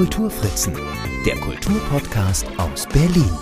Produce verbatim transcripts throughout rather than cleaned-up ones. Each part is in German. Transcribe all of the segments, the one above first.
Kulturfritzen, der Kulturpodcast aus Berlin.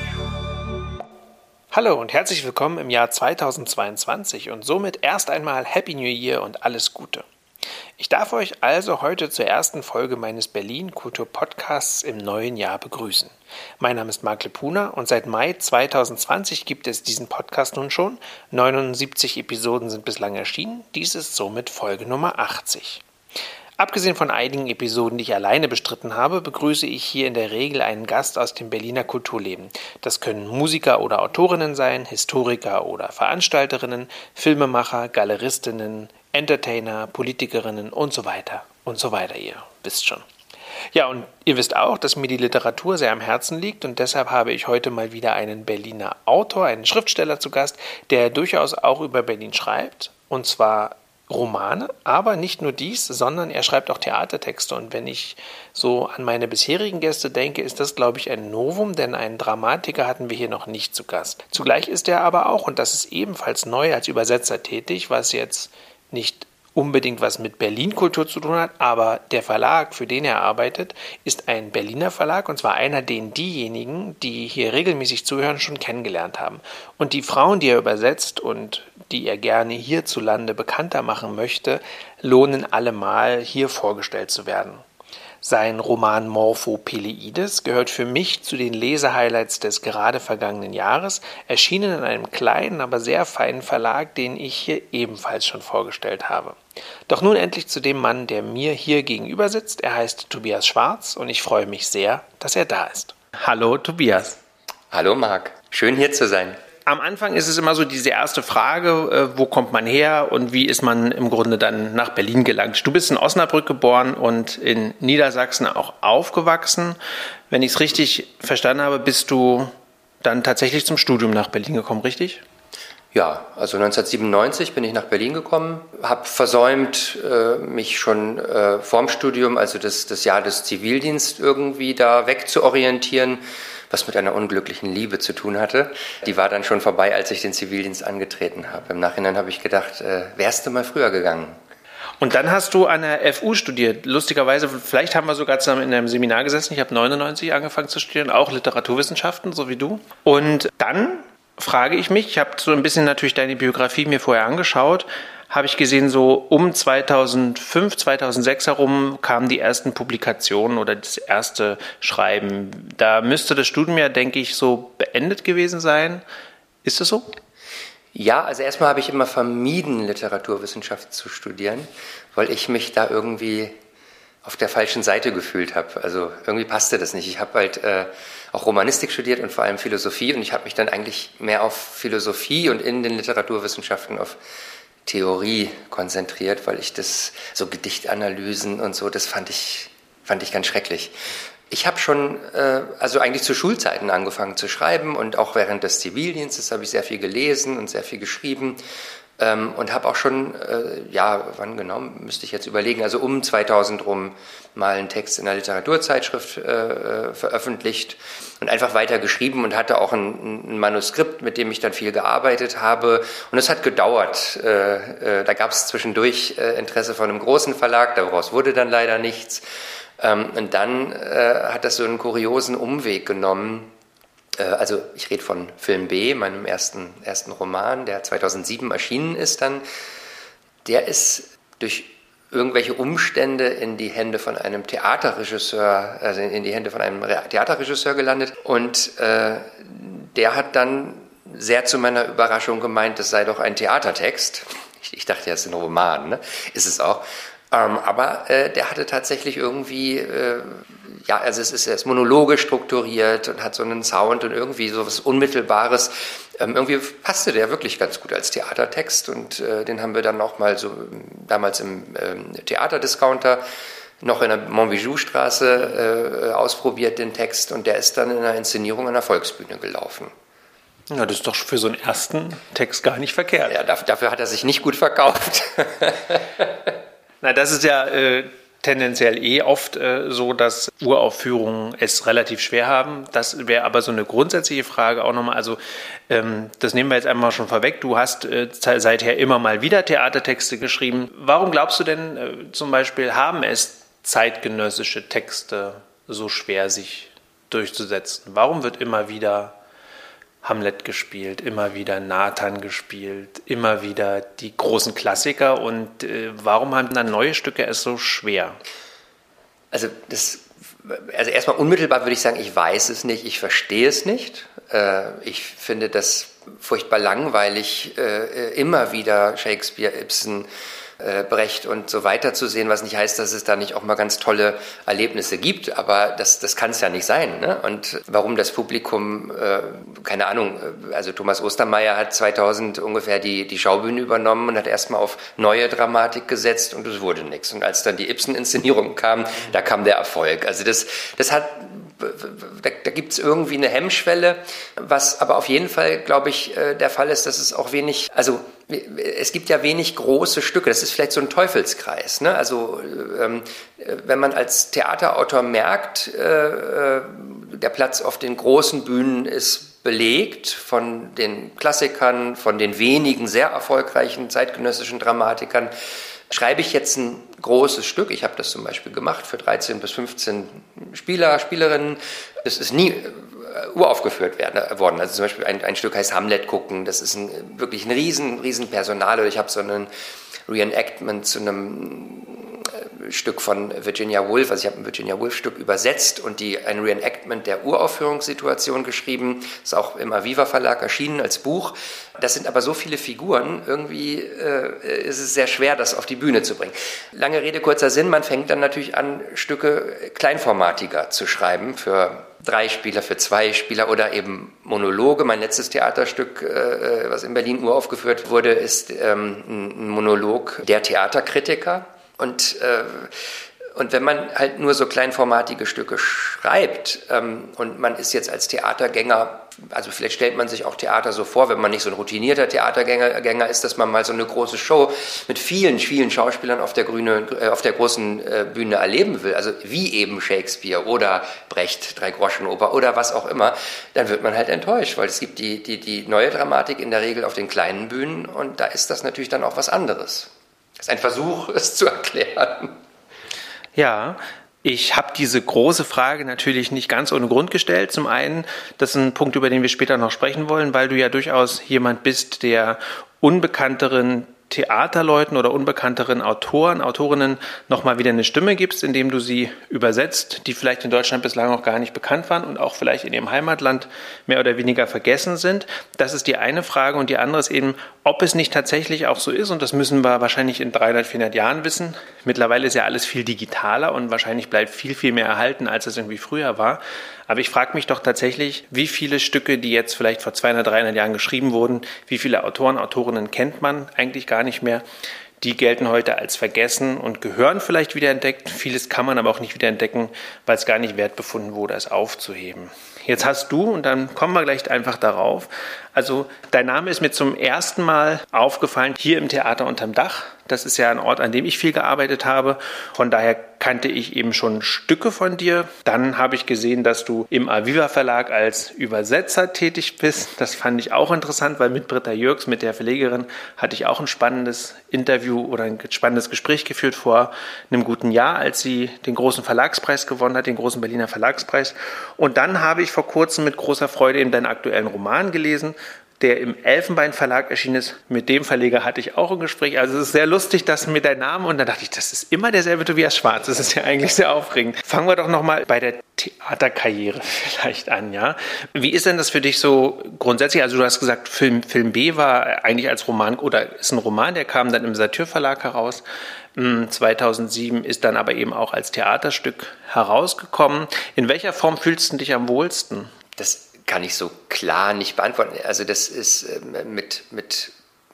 Hallo und herzlich willkommen im Jahr zweitausendzweiundzwanzig und somit erst einmal Happy New Year und alles Gute. Ich darf euch also heute zur ersten Folge meines Berlin Kultur-Podcasts im neuen Jahr begrüßen. Mein Name ist Marc Lepuna und seit Mai zweitausendzwanzig gibt es diesen Podcast nun schon. neunundsiebzig Episoden sind bislang erschienen, dies ist somit Folge Nummer achtzig. Abgesehen von einigen Episoden, die ich alleine bestritten habe, begrüße ich hier in der Regel einen Gast aus dem Berliner Kulturleben. Das können Musiker oder Autorinnen sein, Historiker oder Veranstalterinnen, Filmemacher, Galeristinnen, Entertainer, Politikerinnen und so weiter und so weiter, ihr wisst schon. Ja, und ihr wisst auch, dass mir die Literatur sehr am Herzen liegt und deshalb habe ich heute mal wieder einen Berliner Autor, einen Schriftsteller zu Gast, der durchaus auch über Berlin schreibt, und zwar Romane, aber nicht nur dies, sondern er schreibt auch Theatertexte. Und wenn ich so an meine bisherigen Gäste denke, ist das, glaube ich, ein Novum, denn einen Dramatiker hatten wir hier noch nicht zu Gast. Zugleich ist er aber auch, und das ist ebenfalls neu, als Übersetzer tätig, was jetzt nicht unbedingt was mit Berlin-Kultur zu tun hat, aber der Verlag, für den er arbeitet, ist ein Berliner Verlag, und zwar einer, den diejenigen, die hier regelmäßig zuhören, schon kennengelernt haben. Und die Frauen, die er übersetzt und die er gerne hierzulande bekannter machen möchte, lohnen allemal, hier vorgestellt zu werden. Sein Roman Morpho-Peleides gehört für mich zu den Lesehighlights des gerade vergangenen Jahres, erschienen in einem kleinen, aber sehr feinen Verlag, den ich hier ebenfalls schon vorgestellt habe. Doch nun endlich zu dem Mann, der mir hier gegenüber sitzt. Er heißt Tobias Schwarz und ich freue mich sehr, dass er da ist. Hallo Tobias. Hallo Marc, schön hier zu sein. Am Anfang ist es immer so diese erste Frage, äh, wo kommt man her und wie ist man im Grunde dann nach Berlin gelangt? Du bist in Osnabrück geboren und in Niedersachsen auch aufgewachsen. Wenn ich es richtig verstanden habe, bist du dann tatsächlich zum Studium nach Berlin gekommen, richtig? Ja, also neunzehnhundertsiebenundneunzig bin ich nach Berlin gekommen, habe versäumt, äh, mich schon äh, vorm Studium, also das, das Jahr des Zivildienstes irgendwie da wegzuorientieren, was mit einer unglücklichen Liebe zu tun hatte. Die war dann schon vorbei, als ich den Zivildienst angetreten habe. Im Nachhinein habe ich gedacht, äh, wärst du mal früher gegangen. Und dann hast du an der F U studiert. Lustigerweise, vielleicht haben wir sogar zusammen in einem Seminar gesessen. Ich habe neunundneunzig angefangen zu studieren, auch Literaturwissenschaften, so wie du. Und dann frage ich mich, ich habe so ein bisschen natürlich deine Biografie mir vorher angeschaut, habe ich gesehen, so um zweitausendfünf, zweitausendsechs herum kamen die ersten Publikationen oder das erste Schreiben. Da müsste das Studium ja, denke ich, so beendet gewesen sein. Ist das so? Ja, also erstmal habe ich immer vermieden, Literaturwissenschaft zu studieren, weil ich mich da irgendwie auf der falschen Seite gefühlt habe. Also irgendwie passte das nicht. Ich habe halt äh, auch Romanistik studiert und vor allem Philosophie und ich habe mich dann eigentlich mehr auf Philosophie und in den Literaturwissenschaften auf Theorie konzentriert, weil ich das, so Gedichtanalysen und so, das fand ich, fand ich ganz schrecklich. Ich habe schon, äh, also eigentlich zu Schulzeiten angefangen zu schreiben und auch während des Zivildienstes habe ich sehr viel gelesen und sehr viel geschrieben ähm, und habe auch schon, äh, ja, wann genau, müsste ich jetzt überlegen, also um zweitausend rum mal einen Text in einer Literaturzeitschrift äh, veröffentlicht und einfach weiter geschrieben und hatte auch ein, ein Manuskript, mit dem ich dann viel gearbeitet habe. Und es hat gedauert. Äh, äh, da gab es zwischendurch äh, Interesse von einem großen Verlag, daraus wurde dann leider nichts. Ähm, und dann äh, hat das so einen kuriosen Umweg genommen. Äh, also ich rede von Film B, meinem ersten, ersten Roman, der zweitausendsieben erschienen ist dann. Der ist durch irgendwelche Umstände in die Hände von einem Theaterregisseur, also in die Hände von einem Theaterregisseur gelandet. Und äh, der hat dann sehr zu meiner Überraschung gemeint, das sei doch ein Theatertext. Ich, ich dachte, das ist ein Roman, ne? Ist es auch. Ähm, aber äh, der hatte tatsächlich irgendwie, äh, ja, also es ist, er ist monologisch strukturiert und hat so einen Sound und irgendwie so was Unmittelbares. Ähm, irgendwie passte der wirklich ganz gut als Theatertext und äh, den haben wir dann auch mal so damals im ähm, Theaterdiscounter noch in der Montbijou-Straße äh, ausprobiert, den Text, und der ist dann in einer Inszenierung an der Volksbühne gelaufen. Ja, das ist doch für so einen ersten Text gar nicht verkehrt. Ja, dafür, dafür hat er sich nicht gut verkauft. Na, das ist ja äh, tendenziell eh oft äh, so, dass Uraufführungen es relativ schwer haben. Das wäre aber so eine grundsätzliche Frage auch nochmal. Also ähm, das nehmen wir jetzt einmal schon vorweg. Du hast äh, seither immer mal wieder Theatertexte geschrieben. Warum glaubst du denn äh, zum Beispiel, haben es zeitgenössische Texte so schwer, sich durchzusetzen? Warum wird immer wieder Hamlet gespielt, immer wieder Nathan gespielt, immer wieder die großen Klassiker und äh, warum haben dann neue Stücke es so schwer? Also, das, also erstmal unmittelbar würde ich sagen, ich weiß es nicht, ich verstehe es nicht. Äh, ich finde das furchtbar langweilig, äh, immer wieder Shakespeare, Ibsen, Brecht und so weiter zu sehen, was nicht heißt, dass es da nicht auch mal ganz tolle Erlebnisse gibt, aber das, das kann es ja nicht sein. Ne? Und warum das Publikum, äh, keine Ahnung, also Thomas Ostermeier hat zweitausend ungefähr die, die Schaubühne übernommen und hat erstmal auf neue Dramatik gesetzt und es wurde nichts. Und als dann die Ibsen-Inszenierung kam, da kam der Erfolg. Also das, das hat Da, da gibt es irgendwie eine Hemmschwelle, was aber auf jeden Fall, glaube ich, der Fall ist, dass es auch wenig, also es gibt ja wenig große Stücke, das ist vielleicht so ein Teufelskreis. Ne? Also ähm, wenn man als Theaterautor merkt, äh, der Platz auf den großen Bühnen ist belegt von den Klassikern, von den wenigen sehr erfolgreichen zeitgenössischen Dramatikern, schreibe ich jetzt ein großes Stück, ich habe das zum Beispiel gemacht für dreizehn bis fünfzehn Spieler, Spielerinnen, es ist nie uraufgeführt werden, worden. Also zum Beispiel ein, ein Stück heißt Hamlet gucken, das ist ein, wirklich ein riesen, riesen Personal. Oder ich habe so einen Reenactment zu einem Stück von Virginia Woolf, also ich habe ein Virginia Woolf Stück übersetzt und die, ein Reenactment der Uraufführungssituation geschrieben, ist auch im Aviva Verlag erschienen als Buch. Das sind aber so viele Figuren, irgendwie äh, ist es sehr schwer, das auf die Bühne zu bringen. Lange Rede, kurzer Sinn, man fängt dann natürlich an, Stücke kleinformatiger zu schreiben für drei Spieler, für zwei Spieler oder eben Monologe. Mein letztes Theaterstück, äh, was in Berlin uraufgeführt wurde, ist ähm, ein Monolog der Theaterkritiker. Und, äh, und wenn man halt nur so kleinformatige Stücke schreibt ähm, und man ist jetzt als Theatergänger, also vielleicht stellt man sich auch Theater so vor, wenn man nicht so ein routinierter Theatergänger Gänger ist, dass man mal so eine große Show mit vielen, vielen Schauspielern auf der, Grüne, äh, auf der großen äh, Bühne erleben will, also wie eben Shakespeare oder Brecht, Dreigroschenoper oder was auch immer, dann wird man halt enttäuscht, weil es gibt die, die, die neue Dramatik in der Regel auf den kleinen Bühnen und da ist das natürlich dann auch was anderes. Das ist ein Versuch, es zu erklären. Ja, ich habe diese große Frage natürlich nicht ganz ohne Grund gestellt. Zum einen, das ist ein Punkt, über den wir später noch sprechen wollen, weil du ja durchaus jemand bist, der unbekannteren Theaterleuten oder unbekannteren Autoren, Autorinnen nochmal wieder eine Stimme gibst, indem du sie übersetzt, die vielleicht in Deutschland bislang noch gar nicht bekannt waren und auch vielleicht in ihrem Heimatland mehr oder weniger vergessen sind. Das ist die eine Frage. Und die andere ist eben, ob es nicht tatsächlich auch so ist, und das müssen wir wahrscheinlich in dreihundert, vierhundert Jahren wissen. Mittlerweile ist ja alles viel digitaler und wahrscheinlich bleibt viel, viel mehr erhalten, als es irgendwie früher war. Aber ich frage mich doch tatsächlich, wie viele Stücke, die jetzt vielleicht vor zweihundert, dreihundert Jahren geschrieben wurden, wie viele Autoren, Autorinnen kennt man eigentlich gar nicht mehr. Die gelten heute als vergessen und gehören vielleicht wiederentdeckt. Vieles kann man aber auch nicht wiederentdecken, weil es gar nicht wert befunden wurde, es aufzuheben. Jetzt hast du, und dann kommen wir gleich einfach darauf, also dein Name ist mir zum ersten Mal aufgefallen hier im Theater unterm Dach. Das ist ja ein Ort, an dem ich viel gearbeitet habe. Von daher kannte ich eben schon Stücke von dir. Dann habe ich gesehen, dass du im Aviva Verlag als Übersetzer tätig bist. Das fand ich auch interessant, weil mit Britta Jürgs, mit der Verlegerin, hatte ich auch ein spannendes Interview oder ein spannendes Gespräch geführt vor einem guten Jahr, als sie den großen Verlagspreis gewonnen hat, den großen Berliner Verlagspreis. Und dann habe ich vor kurzem mit großer Freude eben deinen aktuellen Roman gelesen, der im Elfenbein Verlag erschienen ist. Mit dem Verleger hatte ich auch ein Gespräch. Also es ist sehr lustig, dass mit deinem Namen, und dann dachte ich, das ist immer derselbe Tobias Schwarz. Das ist ja eigentlich sehr aufregend. Fangen wir doch nochmal bei der Theaterkarriere vielleicht an, ja. Wie ist denn das für dich so grundsätzlich? Also du hast gesagt, Film, Film B war eigentlich als Roman, oder ist ein Roman, der kam dann im Satyr Verlag heraus. zweitausendsieben ist dann aber eben auch als Theaterstück herausgekommen. In welcher Form fühlst du dich am wohlsten? Das kann ich so klar nicht beantworten. Also das ist mit, mit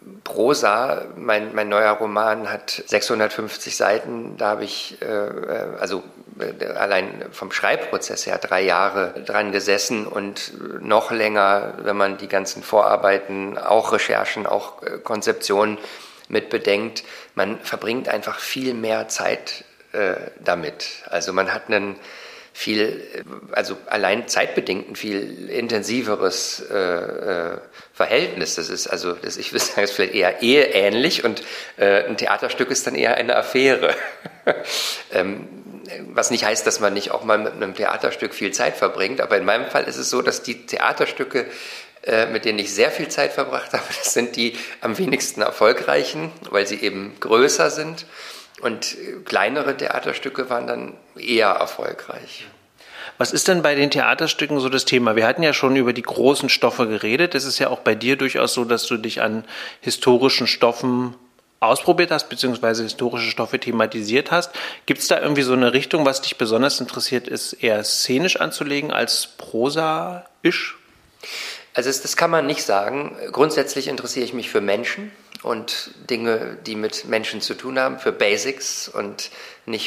Prosa, mein, mein neuer Roman hat sechshundertfünfzig Seiten, da habe ich äh, also äh, allein vom Schreibprozess her drei Jahre dran gesessen und noch länger, wenn man die ganzen Vorarbeiten, auch Recherchen, auch äh, Konzeptionen mit bedenkt. Man verbringt einfach viel mehr Zeit äh, damit. Also man hat einen viel, also allein zeitbedingt ein viel intensiveres äh, äh, Verhältnis. Das ist also, das, ich würde sagen, ist vielleicht eher eheähnlich und äh, ein Theaterstück ist dann eher eine Affäre. ähm, was nicht heißt, dass man nicht auch mal mit einem Theaterstück viel Zeit verbringt, aber in meinem Fall ist es so, dass die Theaterstücke, mit denen ich sehr viel Zeit verbracht habe, das sind die am wenigsten erfolgreichen, weil sie eben größer sind, und kleinere Theaterstücke waren dann eher erfolgreich. Was ist denn bei den Theaterstücken so das Thema? Wir hatten ja schon über die großen Stoffe geredet. Es ist ja auch bei dir durchaus so, dass du dich an historischen Stoffen ausprobiert hast, beziehungsweise historische Stoffe thematisiert hast. Gibt es da irgendwie so eine Richtung, was dich besonders interessiert, ist eher szenisch anzulegen als prosaisch? Also das, das kann man nicht sagen. Grundsätzlich interessiere ich mich für Menschen und Dinge, die mit Menschen zu tun haben, für Basics und nicht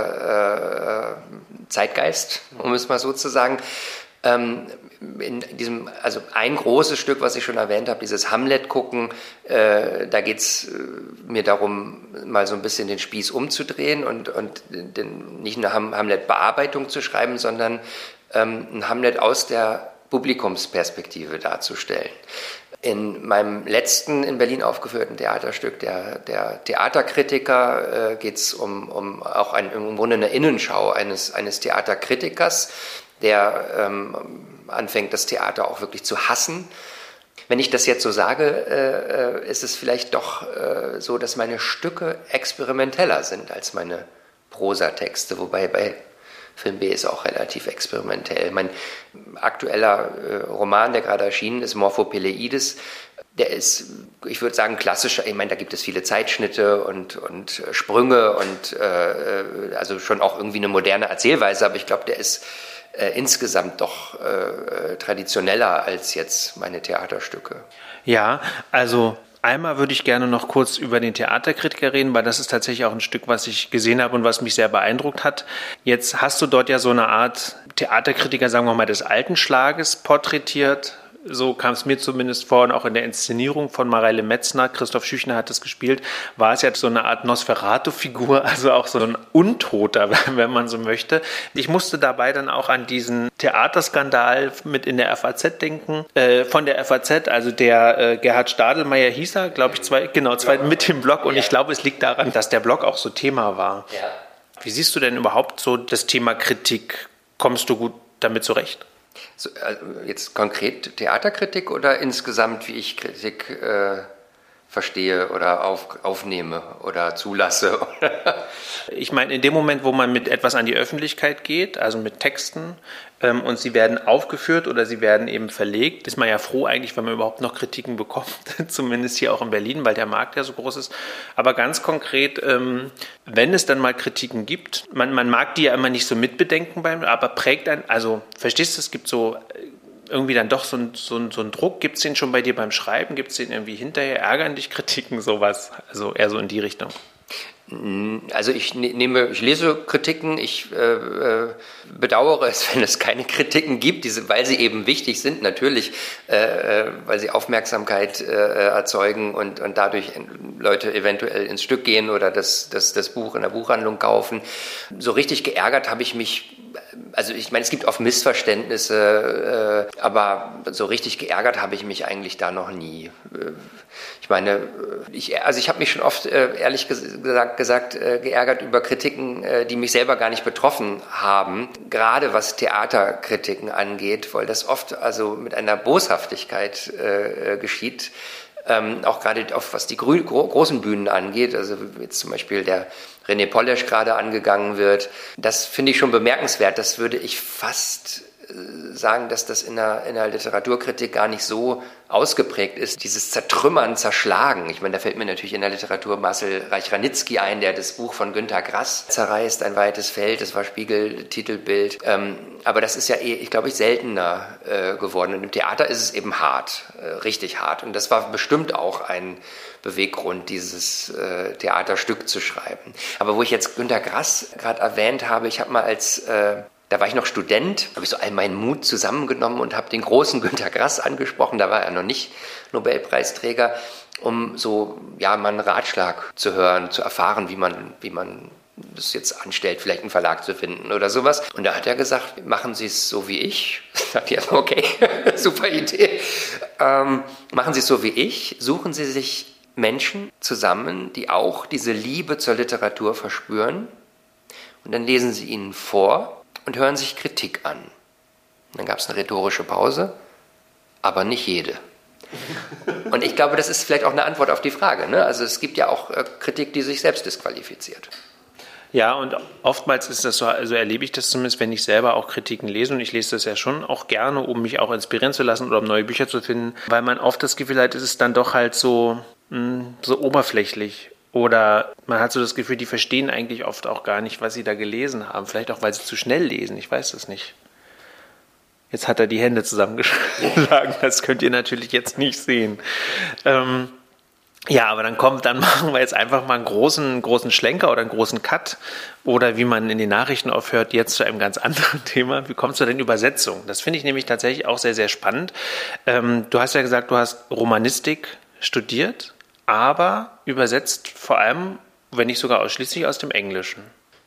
für äh, Zeitgeist, um es mal so zu sagen. Ähm, in diesem, also ein großes Stück, was ich schon erwähnt habe, dieses Hamlet gucken, äh, da geht es äh, mir darum, mal so ein bisschen den Spieß umzudrehen und, und den, nicht eine Hamlet-Bearbeitung zu schreiben, sondern ähm, ein Hamlet aus der Publikumsperspektive darzustellen. In meinem letzten in Berlin aufgeführten Theaterstück, der, der Theaterkritiker, äh, geht es um, um auch ein, im Grunde eine Innenschau eines, eines Theaterkritikers, der ähm, anfängt, das Theater auch wirklich zu hassen. Wenn ich das jetzt so sage, äh, ist es vielleicht doch äh, so, dass meine Stücke experimenteller sind als meine Prosatexte, wobei bei Film B ist auch relativ experimentell. Mein aktueller äh, Roman, der gerade erschienen ist, Morphopeleides, der ist, ich würde sagen, klassischer. Ich meine, da gibt es viele Zeitschnitte und, und Sprünge und äh, also schon auch irgendwie eine moderne Erzählweise, aber ich glaube, der ist äh, insgesamt doch äh, traditioneller als jetzt meine Theaterstücke. Ja, also einmal würde ich gerne noch kurz über den Theaterkritiker reden, weil das ist tatsächlich auch ein Stück, was ich gesehen habe und was mich sehr beeindruckt hat. Jetzt hast du dort ja so eine Art Theaterkritiker, sagen wir mal, des alten Schlages porträtiert. So kam es mir zumindest vor, und auch in der Inszenierung von Mareile Metzner, Christoph Schüchner hat es gespielt, war es ja so eine Art Nosferatu-Figur, also auch so ein Untoter, wenn man so möchte. Ich musste dabei dann auch an diesen Theaterskandal mit in der F A Z denken, äh, von der F A Z, also der äh, Gerhard Stadelmeier hieß er, glaube ich, zwei, genau, zwei mit dem Blog, und ja. Ich glaube, es liegt daran, dass der Blog auch so Thema war. Ja. Wie siehst du denn überhaupt so das Thema Kritik? Kommst du gut damit zurecht? So, also jetzt konkret Theaterkritik oder insgesamt, wie ich Kritik äh, verstehe oder auf, aufnehme oder zulasse? Ich meine, in dem Moment, wo man mit etwas an die Öffentlichkeit geht, also mit Texten, ähm, und sie werden aufgeführt oder sie werden eben verlegt, ist man ja froh eigentlich, wenn man überhaupt noch Kritiken bekommt, zumindest hier auch in Berlin, weil der Markt ja so groß ist. Aber ganz konkret, ähm, wenn es dann mal Kritiken gibt, man, man mag die ja immer nicht so mitbedenken, beim, aber prägt ein, also verstehst du, es gibt so irgendwie dann doch so ein, so ein, so ein Druck, gibt es den schon bei dir beim Schreiben, gibt es den irgendwie hinterher, ärgern dich Kritiken, sowas, also eher so in die Richtung? Also ich nehme, ich lese Kritiken, ich äh, bedauere es, wenn es keine Kritiken gibt, diese, weil sie eben wichtig sind, natürlich, äh, weil sie Aufmerksamkeit äh, erzeugen und, und dadurch Leute eventuell ins Stück gehen oder das, das, das Buch in der Buchhandlung kaufen. So richtig geärgert habe ich mich, also ich meine, es gibt oft Missverständnisse, äh, aber so richtig geärgert habe ich mich eigentlich da noch nie. Ich meine, ich, also ich habe mich schon oft, äh, ehrlich gesagt, gesagt äh, geärgert über Kritiken, äh, die mich selber gar nicht betroffen haben, gerade was Theaterkritiken angeht, weil das oft also mit einer Boshaftigkeit äh, geschieht, ähm, auch gerade auf was die grü- gro- großen Bühnen angeht, also jetzt zum Beispiel der René Polesch gerade angegangen wird. Das finde ich schon bemerkenswert, das würde ich fast sagen, dass das in der, in der Literaturkritik gar nicht so ausgeprägt ist, dieses Zertrümmern, Zerschlagen. Ich meine, da fällt mir natürlich in der Literatur Marcel Reich-Ranitzky ein, der das Buch von Günter Grass zerreißt, ein weites Feld, das war Spiegel-Titelbild. Ähm, aber das ist ja, eh, ich glaube, ich seltener äh, geworden. Und im Theater ist es eben hart, äh, richtig hart. Und das war bestimmt auch ein Beweggrund, dieses äh, Theaterstück zu schreiben. Aber wo ich jetzt Günter Grass gerade erwähnt habe, ich habe mal als äh, Da war ich noch Student, habe ich so all meinen Mut zusammengenommen und habe den großen Günter Grass angesprochen, da war er noch nicht Nobelpreisträger, um so ja mal einen Ratschlag zu hören, zu erfahren, wie man, wie man das jetzt anstellt, vielleicht einen Verlag zu finden oder sowas. Und da hat er gesagt, machen Sie es so wie ich. Da dachte ich, okay, super Idee. Ähm, machen Sie es so wie ich, suchen Sie sich Menschen zusammen, die auch diese Liebe zur Literatur verspüren. und dann lesen sie ihnen vor und hören sich Kritik an. Und dann gab es eine rhetorische Pause, aber nicht jede. Und ich glaube, das ist vielleicht auch eine Antwort auf die Frage, ne? Also es gibt ja auch äh, Kritik, die sich selbst disqualifiziert. Ja, und oftmals ist das so, also erlebe ich das zumindest, wenn ich selber auch Kritiken lese, und ich lese das ja schon auch gerne, um mich auch inspirieren zu lassen oder um neue Bücher zu finden, weil man oft das Gefühl hat, es ist dann doch halt so, mh, so oberflächlich. Oder man hat so das Gefühl, die verstehen eigentlich oft auch gar nicht, was sie da gelesen haben. Vielleicht auch, weil sie zu schnell lesen, ich weiß das nicht. Jetzt hat er die Hände zusammengeschlagen, das könnt ihr natürlich jetzt nicht sehen. Ähm, ja, aber dann kommt, dann machen wir jetzt einfach mal einen großen, großen Schlenker oder einen großen Cut oder wie man in den Nachrichten aufhört, jetzt zu einem ganz anderen Thema. Wie kommst du denn Übersetzung? Das finde ich nämlich tatsächlich auch sehr, sehr spannend. Ähm, du hast ja gesagt, du hast Romanistik studiert, aber übersetzt vor allem, wenn nicht sogar ausschließlich aus dem Englischen.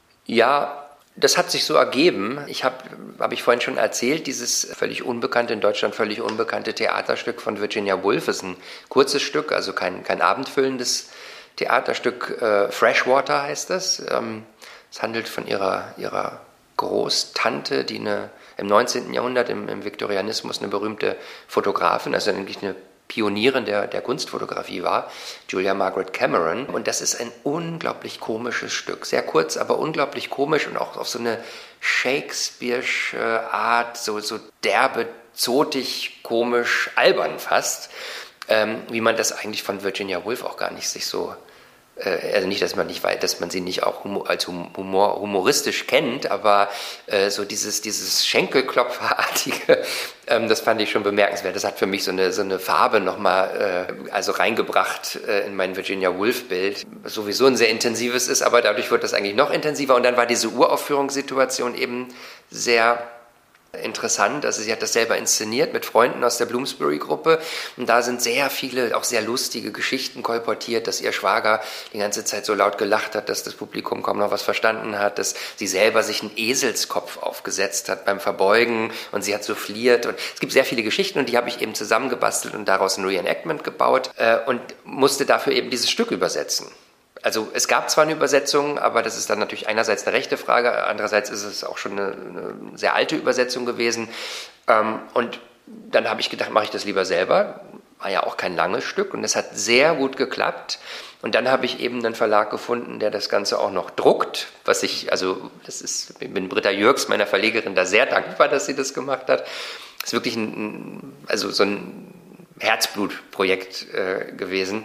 Ja, das hat sich so ergeben. Ich habe, habe ich vorhin schon erzählt, dieses völlig unbekannte, in Deutschland völlig unbekannte Theaterstück von Virginia Woolf ist ein kurzes Stück, also kein, kein abendfüllendes Theaterstück. Äh, Freshwater heißt das. Ähm, es handelt von ihrer, ihrer Großtante, die eine, im neunzehnten Jahrhundert im, im Viktorianismus eine berühmte Fotografin, also eigentlich eine Pionierin der, der Kunstfotografie war, Julia Margaret Cameron. Und das ist ein unglaublich komisches Stück. Sehr kurz, aber unglaublich komisch und auch auf so eine Shakespeare'sche Art, so, so derbe, zotig, komisch, albern fast, ähm, wie man das eigentlich von Virginia Woolf auch gar nicht sich so... Also nicht, dass man nicht weiß, dass man sie nicht auch humor, als humor, humoristisch kennt, aber äh, so dieses, dieses Schenkelklopferartige, ähm, das fand ich schon bemerkenswert. Das hat für mich so eine, so eine Farbe nochmal äh, also reingebracht äh, in mein Virginia Woolf-Bild. Sowieso ein sehr intensives ist, aber dadurch wird das eigentlich noch intensiver. Und dann war diese Uraufführungssituation eben sehr interessant. Also sie hat das selber inszeniert mit Freunden aus der Bloomsbury-Gruppe und da sind sehr viele, auch sehr lustige Geschichten kolportiert, dass ihr Schwager die ganze Zeit so laut gelacht hat, dass das Publikum kaum noch was verstanden hat, dass sie selber sich einen Eselskopf aufgesetzt hat beim Verbeugen und sie hat souffliert und es gibt sehr viele Geschichten und die habe ich eben zusammengebastelt und daraus ein Reenactment gebaut äh, und musste dafür eben dieses Stück übersetzen. Also es gab zwar eine Übersetzung, aber das ist dann natürlich einerseits eine rechte Frage, andererseits ist es auch schon eine, eine sehr alte Übersetzung gewesen. Ähm, und dann habe ich gedacht, mache ich das lieber selber. War ja auch kein langes Stück und es hat sehr gut geklappt. Und dann habe ich eben einen Verlag gefunden, der das Ganze auch noch druckt, was ich, also das ist, ich bin Britta Jürgs, meiner Verlegerin, da sehr dankbar, dass sie das gemacht hat. Das ist wirklich ein, also so ein Herzblutprojekt äh, gewesen.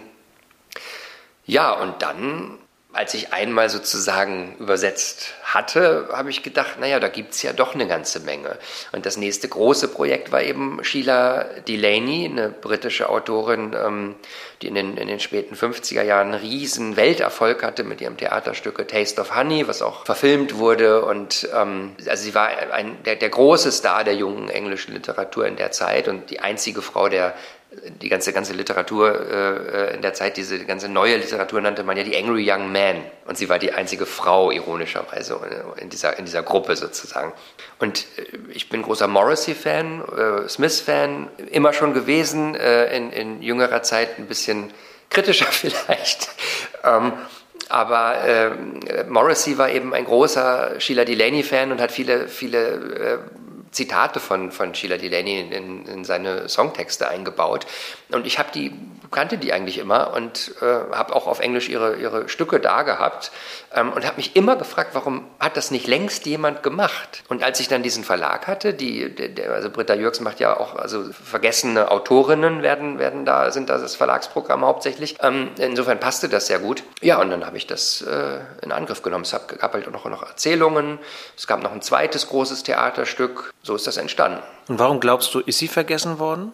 Ja, und dann, als ich einmal sozusagen übersetzt hatte, habe ich gedacht, naja, da gibt es ja doch eine ganze Menge. Und das nächste große Projekt war eben Sheila Delaney, eine britische Autorin, ähm, die in den, in den späten fünfziger Jahren einen riesen Welterfolg hatte mit ihrem Theaterstück A Taste of Honey, was auch verfilmt wurde. Und ähm, also sie war ein, der, der große Star der jungen englischen Literatur in der Zeit und die einzige Frau, der die ganze, ganze Literatur äh, in der Zeit, diese ganze neue Literatur nannte man ja die Angry Young Man. Und sie war die einzige Frau, ironischerweise, in dieser, in dieser Gruppe sozusagen. Und ich bin großer Morrissey-Fan, äh, Smith-Fan, immer schon gewesen, äh, in, in jüngerer Zeit ein bisschen kritischer vielleicht. ähm, aber äh, Morrissey war eben ein großer Sheila Delaney-Fan und hat viele, viele äh, Zitate von, von Sheila Delaney in, in seine Songtexte eingebaut. Und ich habe die, kannte die eigentlich immer und äh, habe auch auf Englisch ihre, ihre Stücke da gehabt ähm, und habe mich immer gefragt, warum hat das nicht längst jemand gemacht? Und als ich dann diesen Verlag hatte, die, der, also Britta Jürgs macht ja auch, also vergessene Autorinnen werden, werden da, sind da das Verlagsprogramm hauptsächlich. Ähm, insofern passte das sehr gut. Ja, und dann habe ich das äh, in Angriff genommen. Es gab halt auch noch Erzählungen, es gab noch ein zweites großes Theaterstück. So ist das entstanden. Und warum glaubst du, ist sie vergessen worden?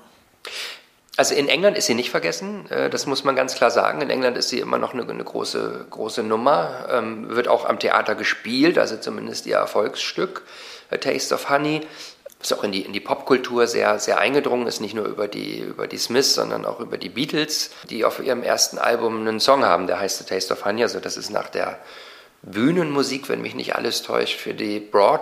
Also in England ist sie nicht vergessen, das muss man ganz klar sagen. In England ist sie immer noch eine, eine große, große Nummer, ähm, wird auch am Theater gespielt, also zumindest ihr Erfolgsstück, A Taste of Honey. Ist auch in die, in die Popkultur sehr, sehr eingedrungen, ist nicht nur über die, über die Smiths, sondern auch über die Beatles, die auf ihrem ersten Album einen Song haben, der heißt A Taste of Honey, also das ist nach der Bühnenmusik, wenn mich nicht alles täuscht, für die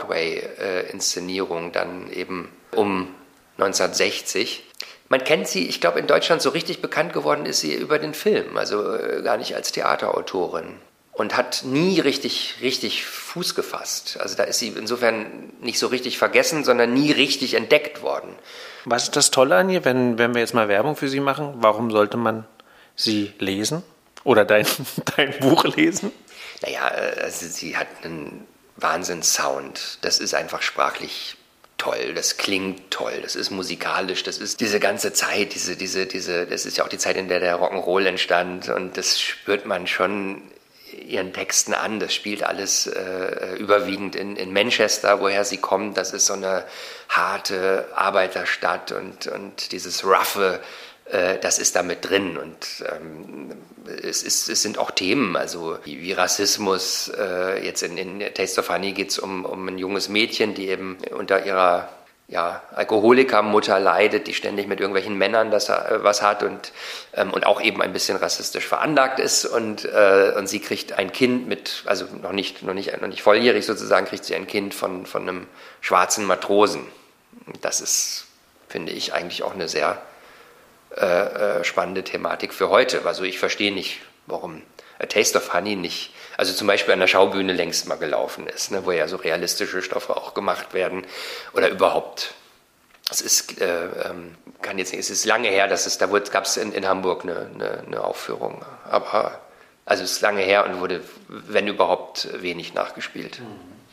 Broadway-Inszenierung dann eben um neunzehnhundertsechzig. Man kennt sie, ich glaube in Deutschland so richtig bekannt geworden ist sie über den Film, also gar nicht als Theaterautorin. und hat nie richtig, richtig Fuß gefasst. Also da ist sie insofern nicht so richtig vergessen, sondern nie richtig entdeckt worden. Was ist das Tolle an ihr, wenn, wenn wir jetzt mal Werbung für sie machen? Warum sollte man sie lesen oder dein, dein Buch lesen? Naja, also sie hat einen Wahnsinns-Sound. Das ist einfach sprachlich toll, das klingt toll, das ist musikalisch, das ist diese ganze Zeit, diese, diese, diese, das ist ja auch die Zeit, in der der Rock'n'Roll entstand und das spürt man schon ihren Texten an. Das spielt alles äh, überwiegend in, in Manchester, woher sie kommt. Das ist so eine harte Arbeiterstadt und, und dieses Roughe, äh, das ist da mit drin. Und ähm, es, ist, es sind auch Themen, also wie, wie Rassismus. Äh, jetzt in, in Taste of Honey geht es um, um ein junges Mädchen, die eben unter ihrer ja, Alkoholikermutter leidet, die ständig mit irgendwelchen Männern das, äh, was hat und, ähm, und auch eben ein bisschen rassistisch veranlagt ist und, äh, und sie kriegt ein Kind mit, also noch nicht, noch nicht, noch nicht volljährig sozusagen, kriegt sie ein Kind von, von einem schwarzen Matrosen. Das ist, finde ich, eigentlich auch eine sehr äh, äh, spannende Thematik für heute. Also ich verstehe nicht, warum A Taste of Honey nicht, also zum Beispiel an der Schaubühne längst mal gelaufen ist, ne, wo ja so realistische Stoffe auch gemacht werden oder überhaupt. Es ist, äh, ähm, kann jetzt nicht, es ist lange her, dass es, da gab es in, in Hamburg eine, eine, eine Aufführung, aber also es ist lange her und wurde, wenn überhaupt, wenig nachgespielt.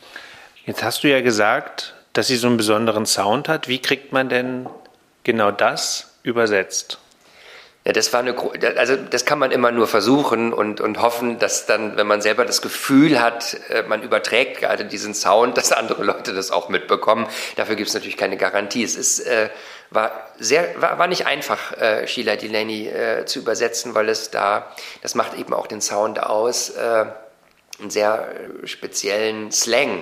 Jetzt hast du ja gesagt, dass sie so einen besonderen Sound hat. Wie kriegt man denn genau das übersetzt? Ja, das war eine, also das kann man immer nur versuchen und, und hoffen, dass dann, wenn man selber das Gefühl hat, man überträgt gerade diesen Sound, dass andere Leute das auch mitbekommen. Dafür gibt es natürlich keine Garantie. Es ist, äh, war sehr, war, war nicht einfach, äh, Sheila Delaney äh, zu übersetzen, weil es da, das macht eben auch den Sound aus, äh, einen sehr speziellen Slang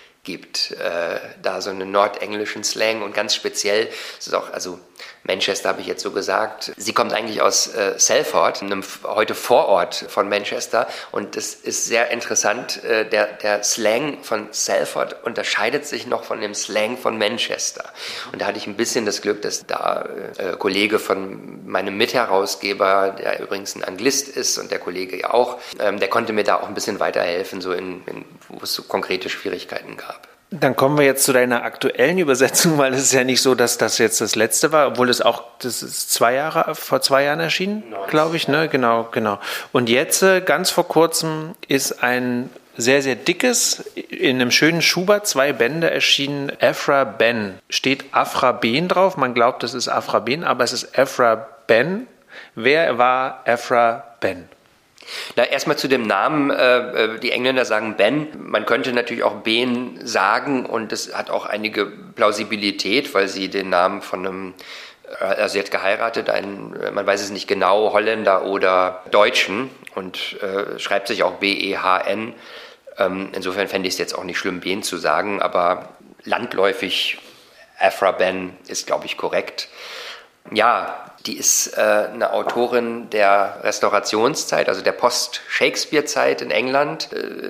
gibt, äh, da so einen nordenglischen Slang und ganz speziell, es ist auch, also Manchester habe ich jetzt so gesagt, sie kommt eigentlich aus äh, Salford, einem heute Vorort von Manchester und das ist sehr interessant, äh, der, der Slang von Salford unterscheidet sich noch von dem Slang von Manchester und da hatte ich ein bisschen das Glück, dass da äh, Kollege von meinem Mitherausgeber, der übrigens ein Anglist ist und der Kollege ja auch, ähm, der konnte mir da auch ein bisschen weiterhelfen, so in, in, wo es so konkrete Schwierigkeiten gab. Dann kommen wir jetzt zu deiner aktuellen Übersetzung, weil es ist ja nicht so, dass das jetzt das letzte war, obwohl es auch, das ist zwei Jahre, vor zwei Jahren erschienen, glaube ich, ne? Genau, genau. Und jetzt, ganz vor kurzem, ist ein sehr, sehr dickes, in einem schönen Schubert, zwei Bände erschienen, Aphra Ben. Steht Aphra Ben drauf, man glaubt, das ist Aphra Ben, aber es ist Aphra Ben. Wer war Aphra Ben? Na, erstmal zu dem Namen, äh, die Engländer sagen Ben, man könnte natürlich auch Ben sagen und das hat auch einige Plausibilität, weil sie den Namen von einem, also sie hat geheiratet, einen, man weiß es nicht genau, Holländer oder Deutschen und äh, schreibt sich auch B E H N, ähm, insofern fände ich es jetzt auch nicht schlimm, Ben zu sagen, aber landläufig Aphra Ben ist, glaube ich, korrekt. Ja, die ist äh, eine Autorin der Restaurationszeit, also der Post-Shakespeare-Zeit in England, äh,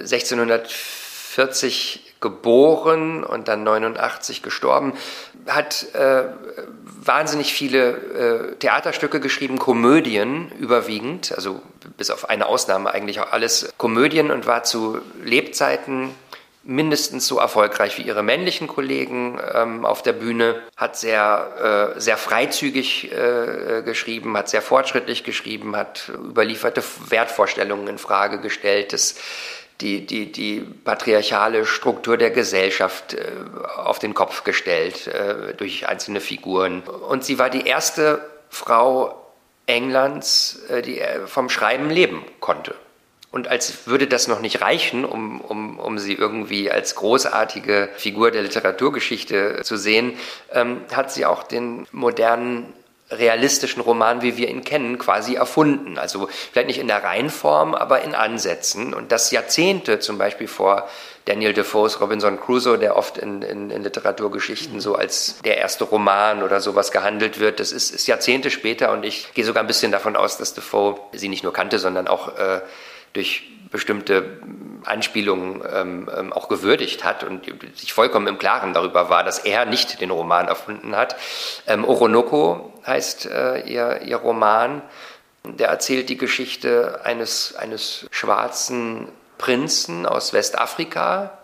sechzehnhundertvierzig geboren und dann neunundachtzig gestorben, hat äh, wahnsinnig viele äh, Theaterstücke geschrieben, Komödien überwiegend, also bis auf eine Ausnahme eigentlich auch alles Komödien und war zu Lebzeiten mindestens so erfolgreich wie ihre männlichen Kollegen ähm, auf der Bühne, hat sehr, äh, sehr freizügig äh, geschrieben, hat sehr fortschrittlich geschrieben, hat überlieferte Wertvorstellungen in Frage gestellt, das, die, die, die patriarchale Struktur der Gesellschaft äh, auf den Kopf gestellt äh, durch einzelne Figuren. Und sie war die erste Frau Englands, äh, die vom Schreiben leben konnte. Und als würde das noch nicht reichen, um, um, um sie irgendwie als großartige Figur der Literaturgeschichte zu sehen, ähm, hat sie auch den modernen realistischen Roman, wie wir ihn kennen, quasi erfunden. Also vielleicht nicht in der Reihenform, aber in Ansätzen. Und das Jahrzehnte zum Beispiel vor Daniel Defoes Robinson Crusoe, der oft in, in, in Literaturgeschichten so als der erste Roman oder sowas gehandelt wird, das ist, ist Jahrzehnte später. Und ich gehe sogar ein bisschen davon aus, dass Defoe sie nicht nur kannte, sondern auch äh, durch bestimmte Anspielungen ähm, ähm, auch gewürdigt hat und sich vollkommen im Klaren darüber war, dass er nicht den Roman erfunden hat. Ähm, Oronoko heißt äh, ihr, ihr Roman. Der erzählt die Geschichte eines, eines schwarzen Prinzen aus Westafrika,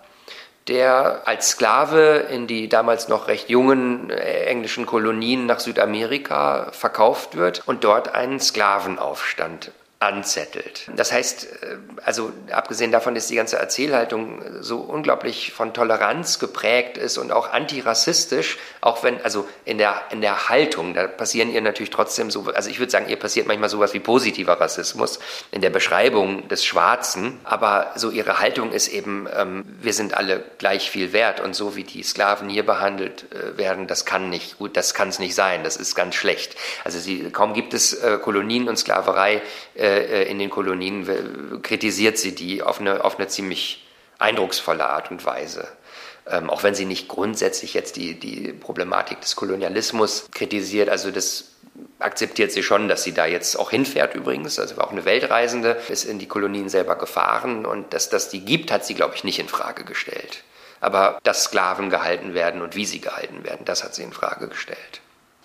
der als Sklave in die damals noch recht jungen englischen Kolonien nach Südamerika verkauft wird und dort einen Sklavenaufstand anzettelt. Das heißt, also abgesehen davon, dass die ganze Erzählhaltung so unglaublich von Toleranz geprägt ist und auch antirassistisch, auch wenn, also in der, in der Haltung, da passieren ihr natürlich trotzdem so, also ich würde sagen, ihr passiert manchmal sowas wie positiver Rassismus in der Beschreibung des Schwarzen, aber so ihre Haltung ist eben, ähm, wir sind alle gleich viel wert und so wie die Sklaven hier behandelt äh, werden, das kann nicht gut, das kann es nicht sein, das ist ganz schlecht. Also sie, kaum gibt es äh, Kolonien und Sklaverei äh, in den Kolonien, kritisiert sie die auf eine, auf eine ziemlich eindrucksvolle Art und Weise. Ähm, auch wenn sie nicht grundsätzlich jetzt die, die Problematik des Kolonialismus kritisiert, also das akzeptiert sie schon, dass sie da jetzt auch hinfährt übrigens, also auch eine Weltreisende, ist in die Kolonien selber gefahren und dass das die gibt, hat sie, glaube ich, nicht in Frage gestellt. Aber dass Sklaven gehalten werden und wie sie gehalten werden, das hat sie in Frage gestellt.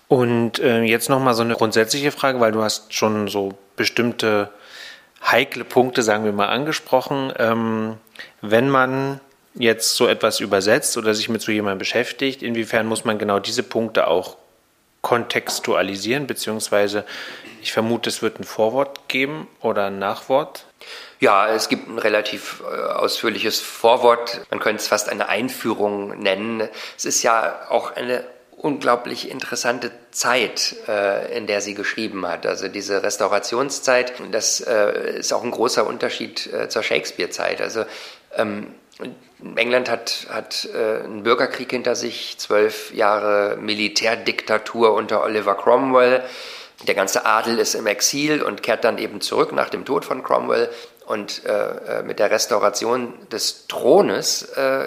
Und äh, jetzt nochmal so eine grundsätzliche Frage, weil du hast schon so bestimmte heikle Punkte, sagen wir mal, angesprochen. Ähm, wenn man jetzt so etwas übersetzt oder sich mit so jemandem beschäftigt, inwiefern muss man genau diese Punkte auch kontextualisieren, beziehungsweise ich vermute, es wird ein Vorwort geben oder ein Nachwort? Ja, es gibt ein relativ äh, ausführliches Vorwort. Man könnte es fast eine Einführung nennen. Es ist ja auch eine unglaublich interessante Zeit, äh, in der sie geschrieben hat. Also diese Restaurationszeit, das äh, ist auch ein großer Unterschied äh, zur Shakespeare-Zeit. Also ähm, England hat, hat äh, einen Bürgerkrieg hinter sich, zwölf Jahre Militärdiktatur unter Oliver Cromwell. Der ganze Adel ist im Exil und kehrt dann eben zurück nach dem Tod von Cromwell. Und äh, mit der Restauration des Thrones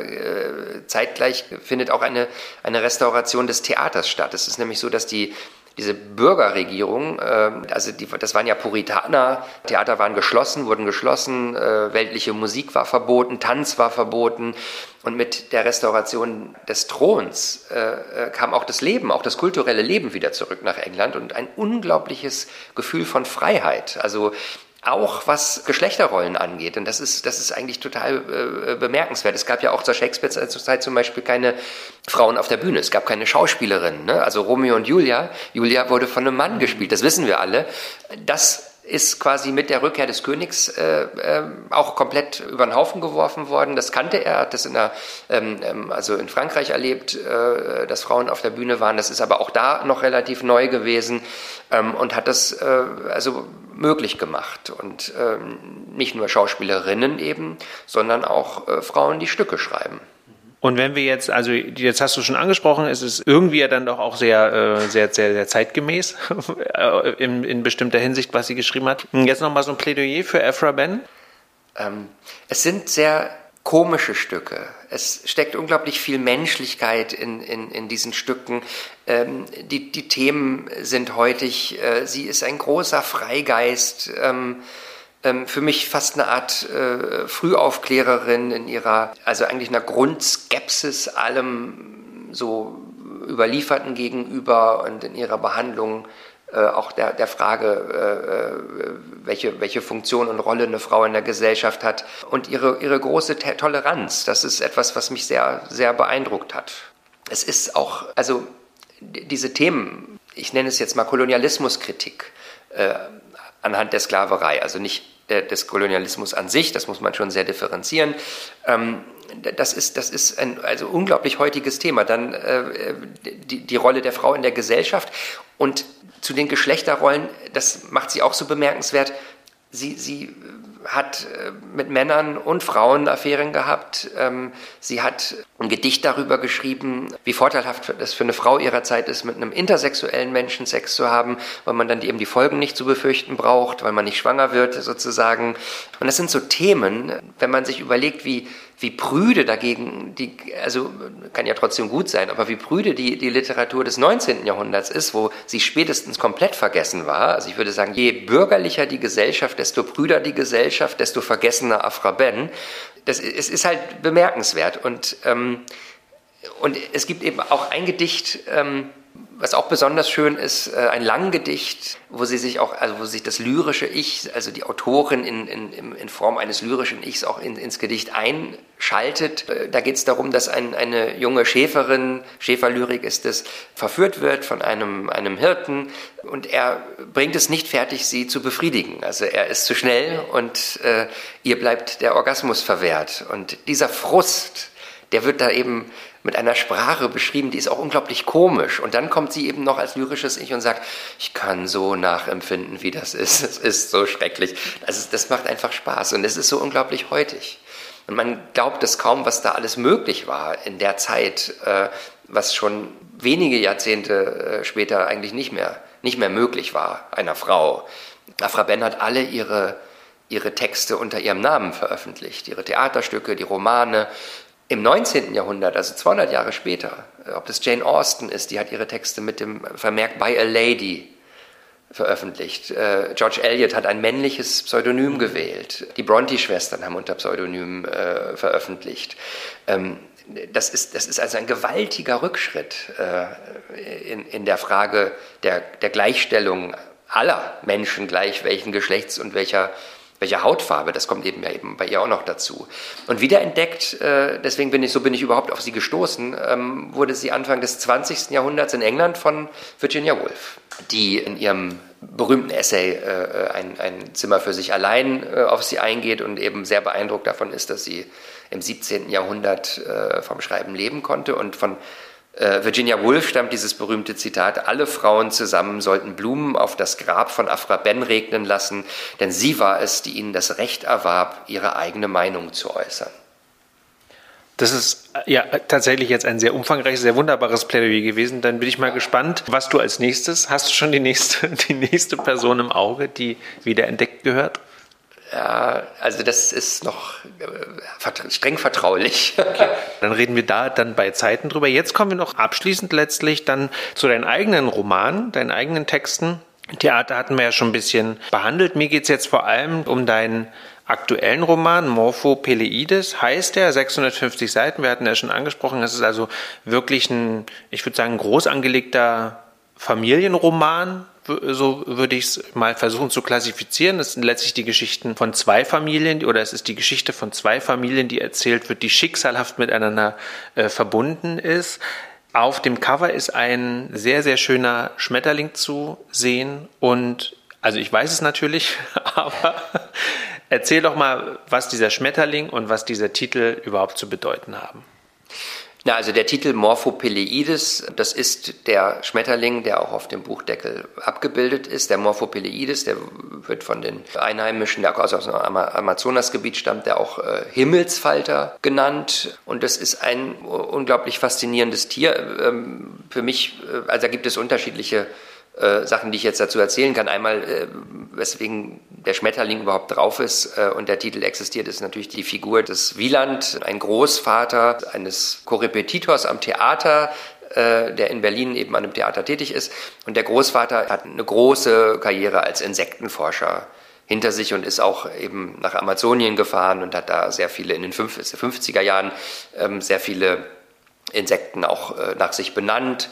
äh, zeitgleich findet auch eine, eine Restauration des Theaters statt. Es ist nämlich so, dass die diese Bürgerregierung, äh, also die, das waren ja Puritaner, Theater waren geschlossen, wurden geschlossen, äh, weltliche Musik war verboten, Tanz war verboten. Und mit der Restauration des Throns äh, kam auch das Leben, auch das kulturelle Leben wieder zurück nach England und ein unglaubliches Gefühl von Freiheit. Also auch was Geschlechterrollen angeht. Und das ist, das ist eigentlich total äh, bemerkenswert. Es gab ja auch zur Shakespeare-Zeit zum Beispiel keine Frauen auf der Bühne. Es gab keine Schauspielerinnen. Ne? Also Romeo und Julia. Julia wurde von einem Mann gespielt. Das wissen wir alle. Das ist quasi mit der Rückkehr des Königs äh, äh, auch komplett über den Haufen geworfen worden. Das kannte er, hat das in der, ähm, also in Frankreich erlebt, äh, dass Frauen auf der Bühne waren. Das ist aber auch da noch relativ neu gewesen ähm, und hat das äh, also möglich gemacht. Und ähm, nicht nur Schauspielerinnen eben, sondern auch äh, Frauen, die Stücke schreiben. Und wenn wir jetzt, also jetzt hast du schon angesprochen, es ist irgendwie ja dann doch auch sehr, sehr, sehr, sehr zeitgemäß in, in bestimmter Hinsicht, was sie geschrieben hat. Jetzt nochmal so ein Plädoyer für Aphra Behn. Ähm, es sind sehr komische Stücke. Es steckt unglaublich viel Menschlichkeit in, in, in diesen Stücken. Ähm, die, die Themen sind heutig, äh, sie ist ein großer Freigeist, ähm, für mich fast eine Art äh, Frühaufklärerin in ihrer, also eigentlich einer Grundskepsis allem so Überlieferten gegenüber und in ihrer Behandlung äh, auch der, der Frage, äh, welche, welche Funktion und Rolle eine Frau in der Gesellschaft hat und ihre, ihre große T- Toleranz. Das ist etwas, was mich sehr, sehr beeindruckt hat. Es ist auch, also diese Themen, ich nenne es jetzt mal Kolonialismuskritik, äh, anhand der Sklaverei, also nicht der, des Kolonialismus an sich, das muss man schon sehr differenzieren. Ähm, das ist, das ist ein also unglaublich heutiges Thema. Dann äh, die, die Rolle der Frau in der Gesellschaft und zu den Geschlechterrollen, das macht sie auch so bemerkenswert. Sie, sie hat mit Männern und Frauen Affären gehabt. Sie hat ein Gedicht darüber geschrieben, wie vorteilhaft es für eine Frau ihrer Zeit ist, mit einem intersexuellen Menschen Sex zu haben, weil man dann eben die Folgen nicht zu befürchten braucht, weil man nicht schwanger wird sozusagen. Und das sind so Themen, wenn man sich überlegt, wie wie prüde dagegen, die, also kann ja trotzdem gut sein, aber wie prüde die, die Literatur des neunzehnten Jahrhunderts ist, wo sie spätestens komplett vergessen war. Also ich würde sagen, je bürgerlicher die Gesellschaft, desto prüder die Gesellschaft, desto vergessener Aphra Behn. Das, es ist halt bemerkenswert. Und, ähm, und es gibt eben auch ein Gedicht, ähm, Was auch besonders schön ist, ein Langgedicht, wo sie sich auch, also wo sich das lyrische Ich, also die Autorin in, in, in Form eines lyrischen Ichs auch in, ins Gedicht einschaltet. Da geht es darum, dass ein, eine junge Schäferin, Schäferlyrik ist es, verführt wird von einem, einem Hirten und er bringt es nicht fertig, sie zu befriedigen. Also er ist zu schnell und äh, ihr bleibt der Orgasmus verwehrt. Und dieser Frust, der wird da eben mit einer Sprache beschrieben, die ist auch unglaublich komisch. Und dann kommt sie eben noch als lyrisches Ich und sagt, ich kann so nachempfinden, wie das ist. Es ist so schrecklich. Also das macht einfach Spaß und es ist so unglaublich heutig. Und man glaubt es kaum, was da alles möglich war in der Zeit, äh, was schon wenige Jahrzehnte äh, später eigentlich nicht mehr, nicht mehr möglich war, einer Frau. Afra Ben hat alle ihre, ihre Texte unter ihrem Namen veröffentlicht, ihre Theaterstücke, die Romane. Im neunzehnten Jahrhundert, also zweihundert Jahre später, ob das Jane Austen ist, die hat ihre Texte mit dem Vermerk By a Lady veröffentlicht. Äh, George Eliot hat ein männliches Pseudonym gewählt. Die Brontë-Schwestern haben unter Pseudonym äh, veröffentlicht. Ähm, das ist, das ist also ein gewaltiger Rückschritt äh, in, in der Frage der, der Gleichstellung aller Menschen, gleich welchen Geschlechts und welcher welche Hautfarbe, das kommt eben ja eben bei ihr auch noch dazu. Und wiederentdeckt, äh, deswegen bin ich, so bin ich überhaupt auf sie gestoßen, ähm, wurde sie Anfang des zwanzigsten Jahrhunderts in England von Virginia Woolf, die in ihrem berühmten Essay äh, ein, ein Zimmer für sich allein äh, auf sie eingeht und eben sehr beeindruckt davon ist, dass sie im siebzehnten Jahrhundert äh, vom Schreiben leben konnte. Und von Virginia Woolf stammt dieses berühmte Zitat, alle Frauen zusammen sollten Blumen auf das Grab von Afra Ben regnen lassen, denn sie war es, die ihnen das Recht erwarb, ihre eigene Meinung zu äußern. Das ist ja tatsächlich jetzt ein sehr umfangreiches, sehr wunderbares Plädoyer gewesen. Dann bin ich mal gespannt, was du als nächstes, hast du schon die nächste, die nächste Person im Auge, die wiederentdeckt gehört? Ja, also das ist noch äh, streng vertraulich. Okay. Dann reden wir da dann bei Zeiten drüber. Jetzt kommen wir noch abschließend letztlich dann zu deinen eigenen Romanen, deinen eigenen Texten. Theater hatten wir ja schon ein bisschen behandelt. Mir geht es jetzt vor allem um deinen aktuellen Roman, Morphopeleides heißt der, sechshundertfünfzig Seiten. Wir hatten ja schon angesprochen, das ist also wirklich ein, ich würde sagen, groß angelegter Familienroman. So würde ich es mal versuchen zu klassifizieren. Das sind letztlich die Geschichten von zwei Familien, oder es ist die Geschichte von zwei Familien, die erzählt wird, die schicksalhaft miteinander äh, verbunden ist. Auf dem Cover ist ein sehr, sehr schöner Schmetterling zu sehen und, also ich weiß es natürlich, aber erzähl doch mal, was dieser Schmetterling und was dieser Titel überhaupt zu bedeuten haben. Na, also der Titel Morphopeleides, das ist der Schmetterling, der auch auf dem Buchdeckel abgebildet ist. Der Morphopeleides, der wird von den Einheimischen, der also aus dem Amazonasgebiet stammt, der auch äh, Himmelsfalter genannt. Und das ist ein unglaublich faszinierendes Tier. Ähm, für mich, äh, also da gibt es unterschiedliche Äh, Sachen, die ich jetzt dazu erzählen kann. Einmal, äh, weswegen der Schmetterling überhaupt drauf ist äh, und der Titel existiert, ist natürlich die Figur des Wieland, ein Großvater eines Korrepetitors am Theater, äh, der in Berlin eben an einem Theater tätig ist. Und der Großvater hat eine große Karriere als Insektenforscher hinter sich und ist auch eben nach Amazonien gefahren und hat da sehr viele, in den fünfziger Jahren, ähm, sehr viele Insekten auch äh, nach sich benannt.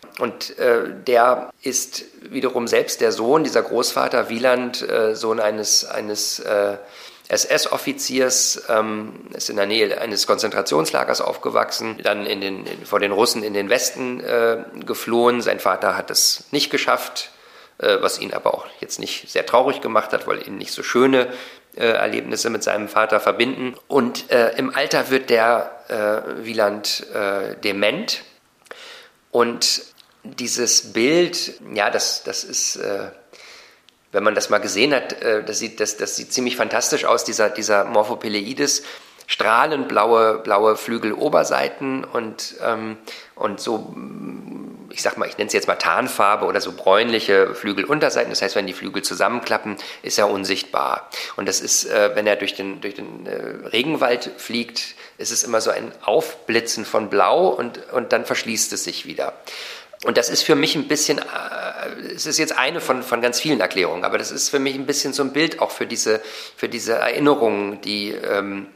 Und äh, der ist wiederum selbst der Sohn, dieser Großvater Wieland, äh, Sohn eines, eines äh, S S-Offiziers, ähm, ist in der Nähe eines Konzentrationslagers aufgewachsen, dann in den, in, vor den Russen in den Westen äh, geflohen. Sein Vater hat es nicht geschafft, äh, was ihn aber auch jetzt nicht sehr traurig gemacht hat, weil ihn nicht so schöne äh, Erlebnisse mit seinem Vater verbinden. Und äh, im Alter wird der äh, Wieland äh, dement. Und dieses Bild, ja, das, das ist, äh, wenn man das mal gesehen hat, äh, das, sieht, das, das sieht ziemlich fantastisch aus, dieser, dieser Morphopeleides, strahlend blaue, blaue Flügeloberseiten und, ähm, und so, ich sag mal, ich nenne es jetzt mal Tarnfarbe oder so bräunliche Flügelunterseiten. Das heißt, wenn die Flügel zusammenklappen, ist er unsichtbar. Und das ist, äh, wenn er durch den, durch den äh, Regenwald fliegt, ist es immer so ein Aufblitzen von Blau und, und dann verschließt es sich wieder. Und das ist für mich ein bisschen, äh, es ist jetzt eine von, von ganz vielen Erklärungen, aber das ist für mich ein bisschen so ein Bild auch für diese, für diese Erinnerungen, die ähm,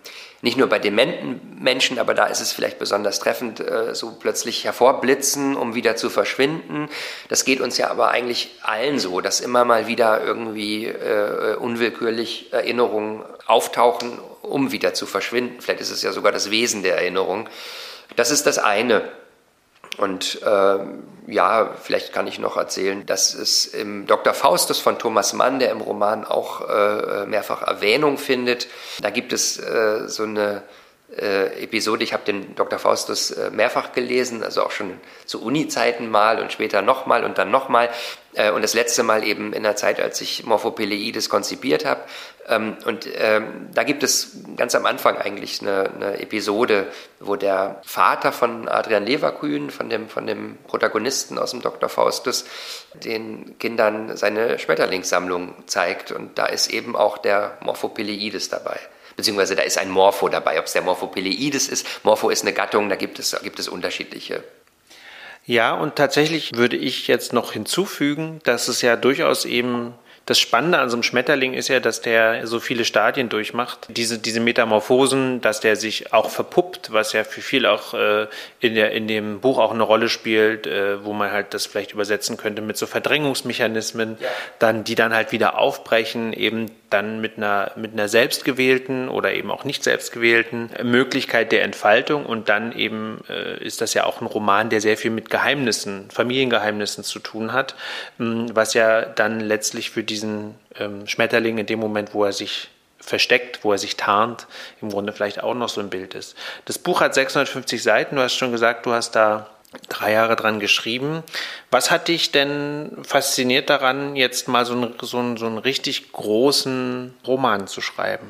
nicht nur bei dementen Menschen, aber da ist es vielleicht besonders treffend, äh, so plötzlich hervorblitzen, um wieder zu verschwinden. Das geht uns ja aber eigentlich allen so, dass immer mal wieder irgendwie äh, unwillkürlich Erinnerungen auftauchen, um wieder zu verschwinden. Vielleicht ist es ja sogar das Wesen der Erinnerung. Das ist das eine. Und äh, ja, vielleicht kann ich noch erzählen, dass es im Doktor Faustus von Thomas Mann, der im Roman auch äh, mehrfach Erwähnung findet, da gibt es äh, so eine äh, Episode, ich habe den Doktor Faustus äh, mehrfach gelesen, also auch schon zu Uni-Zeiten mal und später nochmal und dann nochmal. Äh, und das letzte Mal eben in der Zeit, als ich Morphopeleides konzipiert habe. Ähm, und ähm, da gibt es ganz am Anfang eigentlich eine, eine Episode, wo der Vater von Adrian Leverkühn, von dem, von dem Protagonisten aus dem Doktor Faustus, den Kindern seine Schmetterlingssammlung zeigt. Und da ist eben auch der Morphopeleides dabei. Beziehungsweise da ist ein Morpho dabei. Ob es der Morphopeleides ist, Morpho ist eine Gattung, da gibt es, gibt es unterschiedliche. Ja, und tatsächlich würde ich jetzt noch hinzufügen, dass es ja durchaus eben das Spannende an so einem Schmetterling ist ja, dass der so viele Stadien durchmacht. Diese, diese Metamorphosen, dass der sich auch verpuppt, was ja für viel auch äh, in, der, in dem Buch auch eine Rolle spielt, äh, wo man halt das vielleicht übersetzen könnte mit so Verdrängungsmechanismen, ja. dann, die dann halt wieder aufbrechen, eben dann mit einer, mit einer selbstgewählten oder eben auch nicht selbstgewählten Möglichkeit der Entfaltung. Und dann eben äh, ist das ja auch ein Roman, der sehr viel mit Geheimnissen, Familiengeheimnissen zu tun hat, mh, was ja dann letztlich für diesen ähm, Schmetterling in dem Moment, wo er sich versteckt, wo er sich tarnt, im Grunde vielleicht auch noch so ein Bild ist. Das Buch hat sechshundertfünfzig Seiten, du hast schon gesagt, du hast da drei Jahre dran geschrieben. Was hat dich denn fasziniert daran, jetzt mal so einen, so einen, so einen richtig großen Roman zu schreiben?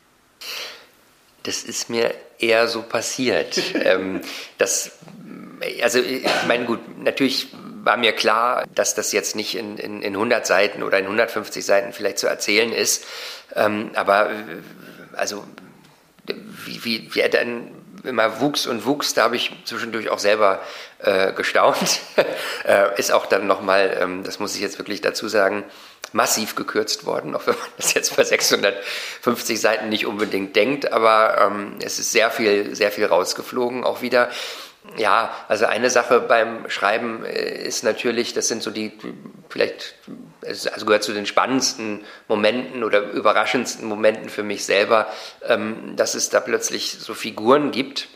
Das ist mir eher so passiert. ähm, das, also ich meine, gut, natürlich war mir klar, dass das jetzt nicht in, in, in hundert Seiten oder in hundertfünfzig Seiten vielleicht zu erzählen ist. Ähm, aber also wie, wie, wie er dann immer wuchs und wuchs, da habe ich zwischendurch auch selber äh, gestaunt. äh, ist auch dann nochmal, ähm, das muss ich jetzt wirklich dazu sagen, massiv gekürzt worden, auch wenn man das jetzt bei sechshundertfünfzig Seiten nicht unbedingt denkt, aber ähm, es ist sehr viel, sehr viel rausgeflogen auch wieder. Ja, also eine Sache beim Schreiben ist natürlich, das sind so die, vielleicht, also gehört zu den spannendsten Momenten oder überraschendsten Momenten für mich selber, dass es da plötzlich so Figuren gibt,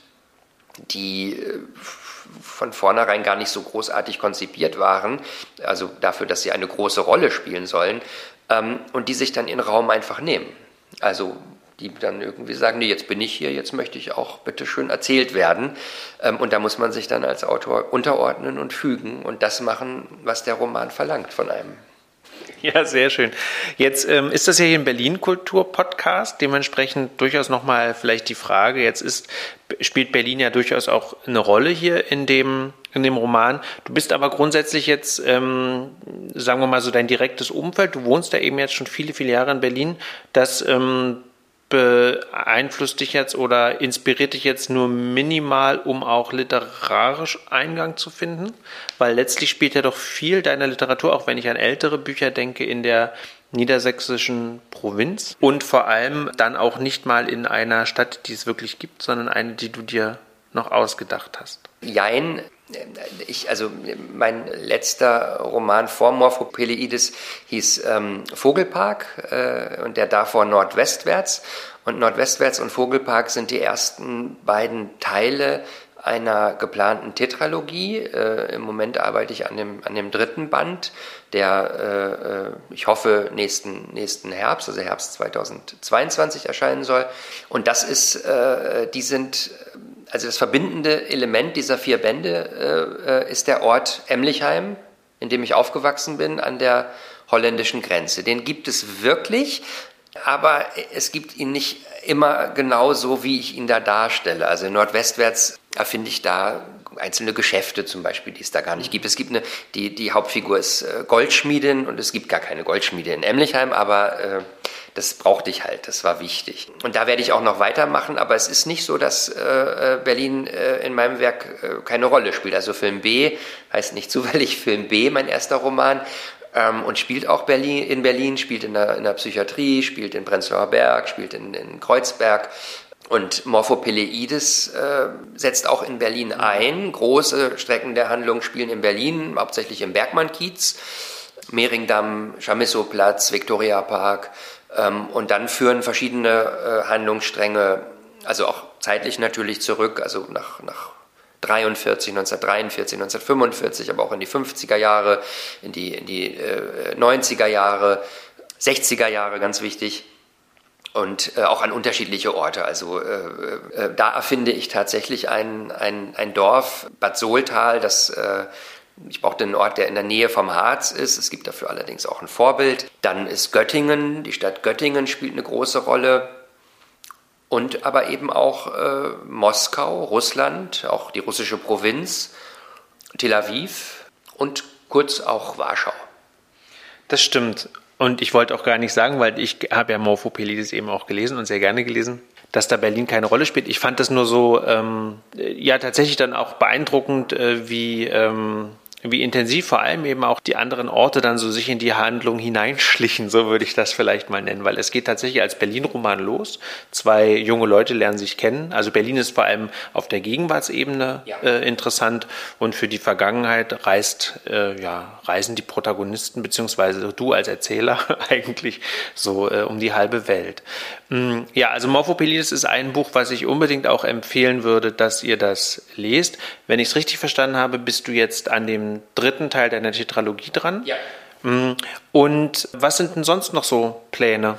die von vornherein gar nicht so großartig konzipiert waren, also dafür, dass sie eine große Rolle spielen sollen, und die sich dann ihren Raum einfach nehmen. Also die dann irgendwie sagen, nee, jetzt bin ich hier, jetzt möchte ich auch bitte schön erzählt werden. Und da muss man sich dann als Autor unterordnen und fügen und das machen, was der Roman verlangt von einem. Ja, sehr schön. Jetzt ähm, ist das ja hier ein Berlin-Kultur-Podcast, dementsprechend durchaus nochmal vielleicht die Frage, jetzt ist, spielt Berlin ja durchaus auch eine Rolle hier in dem, in dem Roman. Du bist aber grundsätzlich jetzt, ähm, sagen wir mal so dein direktes Umfeld, du wohnst ja eben jetzt schon viele, viele Jahre in Berlin, das ähm, beeinflusst dich jetzt oder inspiriert dich jetzt nur minimal, um auch literarisch Eingang zu finden? Weil letztlich spielt ja doch viel deiner Literatur, auch wenn ich an ältere Bücher denke, in der niedersächsischen Provinz und vor allem dann auch nicht mal in einer Stadt, die es wirklich gibt, sondern eine, die du dir noch ausgedacht hast. Jein. Ich, also mein letzter Roman vor Morphopeleides hieß ähm, Vogelpark äh, und der davor Nordwestwärts. Und Nordwestwärts und Vogelpark sind die ersten beiden Teile einer geplanten Tetralogie. Äh, Im Moment arbeite ich an dem, an dem dritten Band, der äh, ich hoffe nächsten, nächsten Herbst, also Herbst zweitausendzweiundzwanzig erscheinen soll. Und das ist, äh, die sind... Also das verbindende Element dieser vier Bände äh, ist der Ort Emlichheim, in dem ich aufgewachsen bin, an der holländischen Grenze. Den gibt es wirklich, aber es gibt ihn nicht immer genau so, wie ich ihn da darstelle. Also nordwestwärts erfinde ich da einzelne Geschäfte zum Beispiel, die es da gar nicht gibt. Es gibt eine, die, die Hauptfigur ist Goldschmiedin und es gibt gar keine Goldschmiede in Emlichheim, aber äh, das brauchte ich halt, das war wichtig. Und da werde ich auch noch weitermachen, aber es ist nicht so, dass äh, Berlin äh, in meinem Werk äh, keine Rolle spielt. Also Film B heißt nicht zufällig Film B, mein erster Roman, ähm, und spielt auch Berlin, in Berlin, spielt in der, in der Psychiatrie, spielt in Prenzlauer Berg, spielt in, in Kreuzberg. Und Morphopeleides äh, setzt auch in Berlin ein. Große Strecken der Handlung spielen in Berlin, hauptsächlich im Bergmann-Kiez, Mehringdamm, Chamisso-Platz, Viktoriapark. Ähm, und dann führen verschiedene äh, Handlungsstränge, also auch zeitlich natürlich zurück, also nach, nach dreiundvierzig, neunzehnhundertdreiundvierzig, neunzehnhundertfünfundvierzig, aber auch in die fünfziger Jahre, in die, in die äh, neunziger Jahre, sechziger Jahre, ganz wichtig. Und äh, auch an unterschiedliche Orte. Also äh, äh, da erfinde ich tatsächlich ein, ein, ein Dorf, Bad Sohltal, das, äh, ich brauchte einen Ort, der in der Nähe vom Harz ist. Es gibt dafür allerdings auch ein Vorbild. Dann ist Göttingen, die Stadt Göttingen spielt eine große Rolle. Und aber eben auch äh, Moskau, Russland, auch die russische Provinz, Tel Aviv und kurz auch Warschau. Das stimmt. Und ich wollte auch gar nicht sagen, weil ich habe ja Morphopeleides eben auch gelesen und sehr gerne gelesen, dass da Berlin keine Rolle spielt. Ich fand das nur so, ähm, ja, tatsächlich dann auch beeindruckend, äh, wie, ähm, wie intensiv vor allem eben auch die anderen Orte dann so sich in die Handlung hineinschlichen, so würde ich das vielleicht mal nennen, weil es geht tatsächlich als Berlin-Roman los. Zwei junge Leute lernen sich kennen. Also Berlin ist vor allem auf der Gegenwartsebene ja. äh, interessant und für die Vergangenheit reist, äh, ja, reisen die Protagonisten beziehungsweise du als Erzähler eigentlich so äh, um die halbe Welt. Mm, ja, also Morphopeleides ist ein Buch, was ich unbedingt auch empfehlen würde, dass ihr das lest. Wenn ich es richtig verstanden habe, bist du jetzt an dem dritten Teil deiner Tetralogie dran. Ja. Und was sind denn sonst noch so Pläne?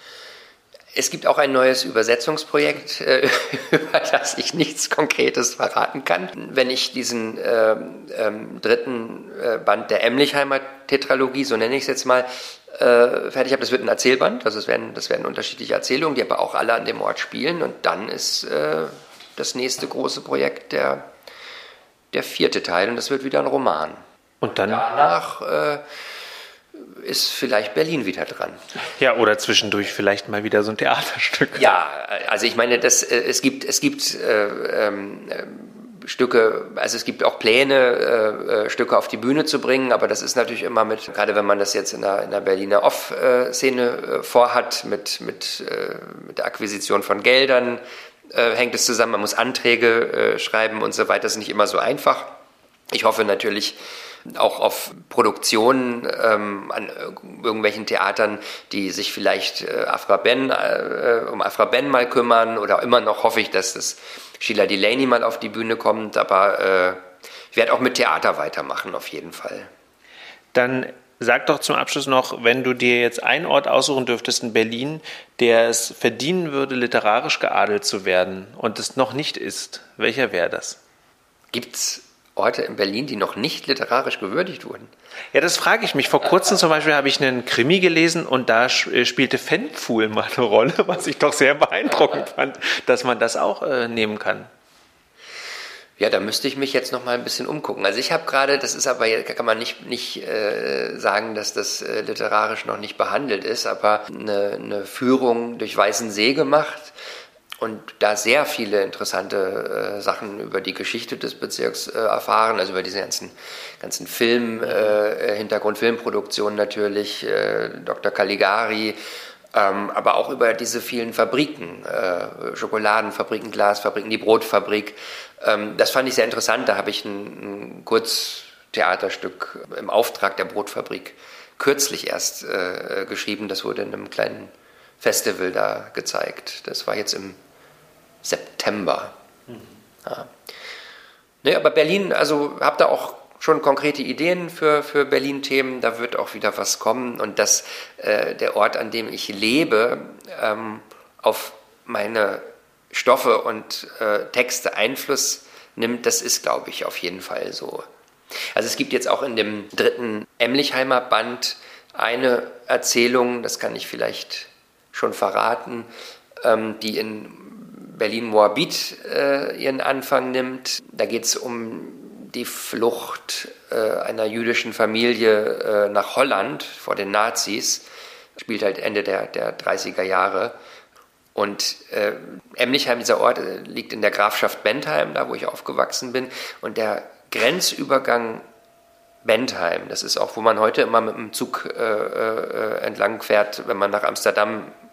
Es gibt auch ein neues Übersetzungsprojekt, äh, über das ich nichts Konkretes verraten kann. Wenn ich diesen äh, ähm, dritten äh, Band der Emlichheimer Tetralogie, so nenne ich es jetzt mal, äh, fertig habe, das wird ein Erzählband, also es werden, das werden unterschiedliche Erzählungen, die aber auch alle an dem Ort spielen. Und dann ist äh, das nächste große Projekt der der vierte Teil und das wird wieder ein Roman. Und dann? Danach äh, ist vielleicht Berlin wieder dran. Ja, oder zwischendurch vielleicht mal wieder so ein Theaterstück. Ja, also ich meine, das, äh, es gibt, es gibt äh, ähm, äh, Stücke, also es gibt auch Pläne, äh, Stücke auf die Bühne zu bringen, aber das ist natürlich immer mit, gerade wenn man das jetzt in der, in der Berliner Off-Szene äh, vorhat, mit, mit, äh, mit der Akquisition von Geldern, Äh, hängt es zusammen, man muss Anträge äh, schreiben und so weiter, das ist nicht immer so einfach. Ich hoffe natürlich auch auf Produktionen ähm, an irgendwelchen Theatern, die sich vielleicht äh, Afra Ben, äh, um Afra Ben mal kümmern oder immer noch hoffe ich, dass das Sheila Delaney mal auf die Bühne kommt, aber äh, ich werde auch mit Theater weitermachen, auf jeden Fall. Dann sag doch zum Abschluss noch, wenn du dir jetzt einen Ort aussuchen dürftest in Berlin, der es verdienen würde, literarisch geadelt zu werden und es noch nicht ist, welcher wäre das? Gibt es Orte in Berlin, die noch nicht literarisch gewürdigt wurden? Ja, das frage ich mich. Vor kurzem zum Beispiel habe ich einen Krimi gelesen und da spielte Fanpfuhl mal eine Rolle, was ich doch sehr beeindruckend fand, dass man das auch äh, nehmen kann. Ja, da müsste ich mich jetzt noch mal ein bisschen umgucken. Also ich habe gerade, das ist aber, kann man nicht, nicht äh, sagen, dass das äh, literarisch noch nicht behandelt ist, aber eine, eine Führung durch Weißensee gemacht und da sehr viele interessante äh, Sachen über die Geschichte des Bezirks äh, erfahren, also über diese ganzen, ganzen Film, äh, Hintergrund-Filmproduktionen natürlich, äh, Doktor Caligari, ähm, aber auch über diese vielen Fabriken, äh, Schokoladenfabriken, Glasfabriken, die Brotfabrik. Ähm, das fand ich sehr interessant, da habe ich ein, ein Kurztheaterstück im Auftrag der Brotfabrik kürzlich erst äh, geschrieben, das wurde in einem kleinen Festival da gezeigt. Das war jetzt im September. Mhm. Ja. Nee, aber Berlin, also habe da auch schon konkrete Ideen für, für Berlin-Themen, da wird auch wieder was kommen und dass äh, der Ort, an dem ich lebe, ähm, auf meine Stoffe und äh, Texte Einfluss nimmt, das ist, glaube ich, auf jeden Fall so. Also es gibt jetzt auch in dem dritten Emlichheimer Band eine Erzählung, das kann ich vielleicht schon verraten, ähm, die in Berlin-Moabit äh, ihren Anfang nimmt. Da geht es um die Flucht äh, einer jüdischen Familie äh, nach Holland vor den Nazis. Spielt halt Ende der, der dreißiger Jahre. Und äh, Emlichheim, dieser Ort, äh, liegt in der Grafschaft Bentheim, da wo ich aufgewachsen bin. Und der Grenzübergang Bentheim, das ist auch, wo man heute immer mit dem Zug äh, äh, entlang fährt, wenn man nach Amsterdam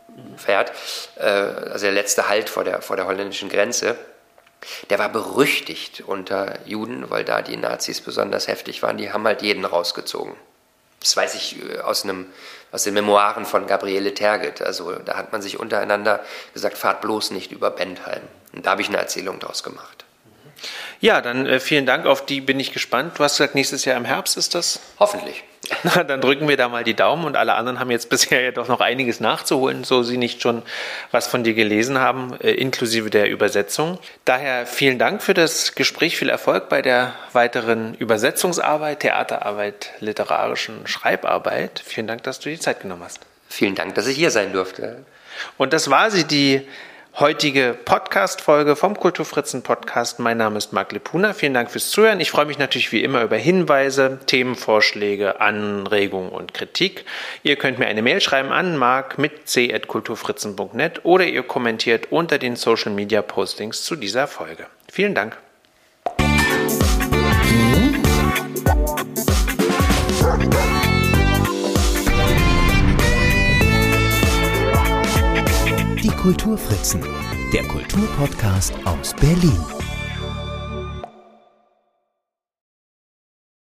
Pferd, äh, also der letzte Halt vor der, vor der holländischen Grenze. Der war berüchtigt unter Juden, weil da die Nazis besonders heftig waren. Die haben halt jeden rausgezogen. Das weiß ich aus, einem, aus den Memoiren von Gabriele Tergit. Also da hat man sich untereinander gesagt, fahrt bloß nicht über Bentheim. Und da habe ich eine Erzählung draus gemacht. Ja, dann äh, vielen Dank, auf die bin ich gespannt. Du hast gesagt, nächstes Jahr im Herbst ist das? Hoffentlich. Na, dann drücken wir da mal die Daumen und alle anderen haben jetzt bisher ja doch noch einiges nachzuholen, so sie nicht schon was von dir gelesen haben, äh, inklusive der Übersetzung. Daher vielen Dank für das Gespräch, viel Erfolg bei der weiteren Übersetzungsarbeit, Theaterarbeit, literarischen Schreibarbeit. Vielen Dank, dass du die Zeit genommen hast. Vielen Dank, dass ich hier sein durfte. Und das war sie, die heutige Podcast-Folge vom Kulturfritzen-Podcast. Mein Name ist Marc Lepuna. Vielen Dank fürs Zuhören. Ich freue mich natürlich wie immer über Hinweise, Themenvorschläge, Anregungen und Kritik. Ihr könnt mir eine Mail schreiben an marc mit c at kulturfritzen punkt net oder ihr kommentiert unter den Social-Media-Postings zu dieser Folge. Vielen Dank. Die Kulturfritzen, der Kulturpodcast aus Berlin.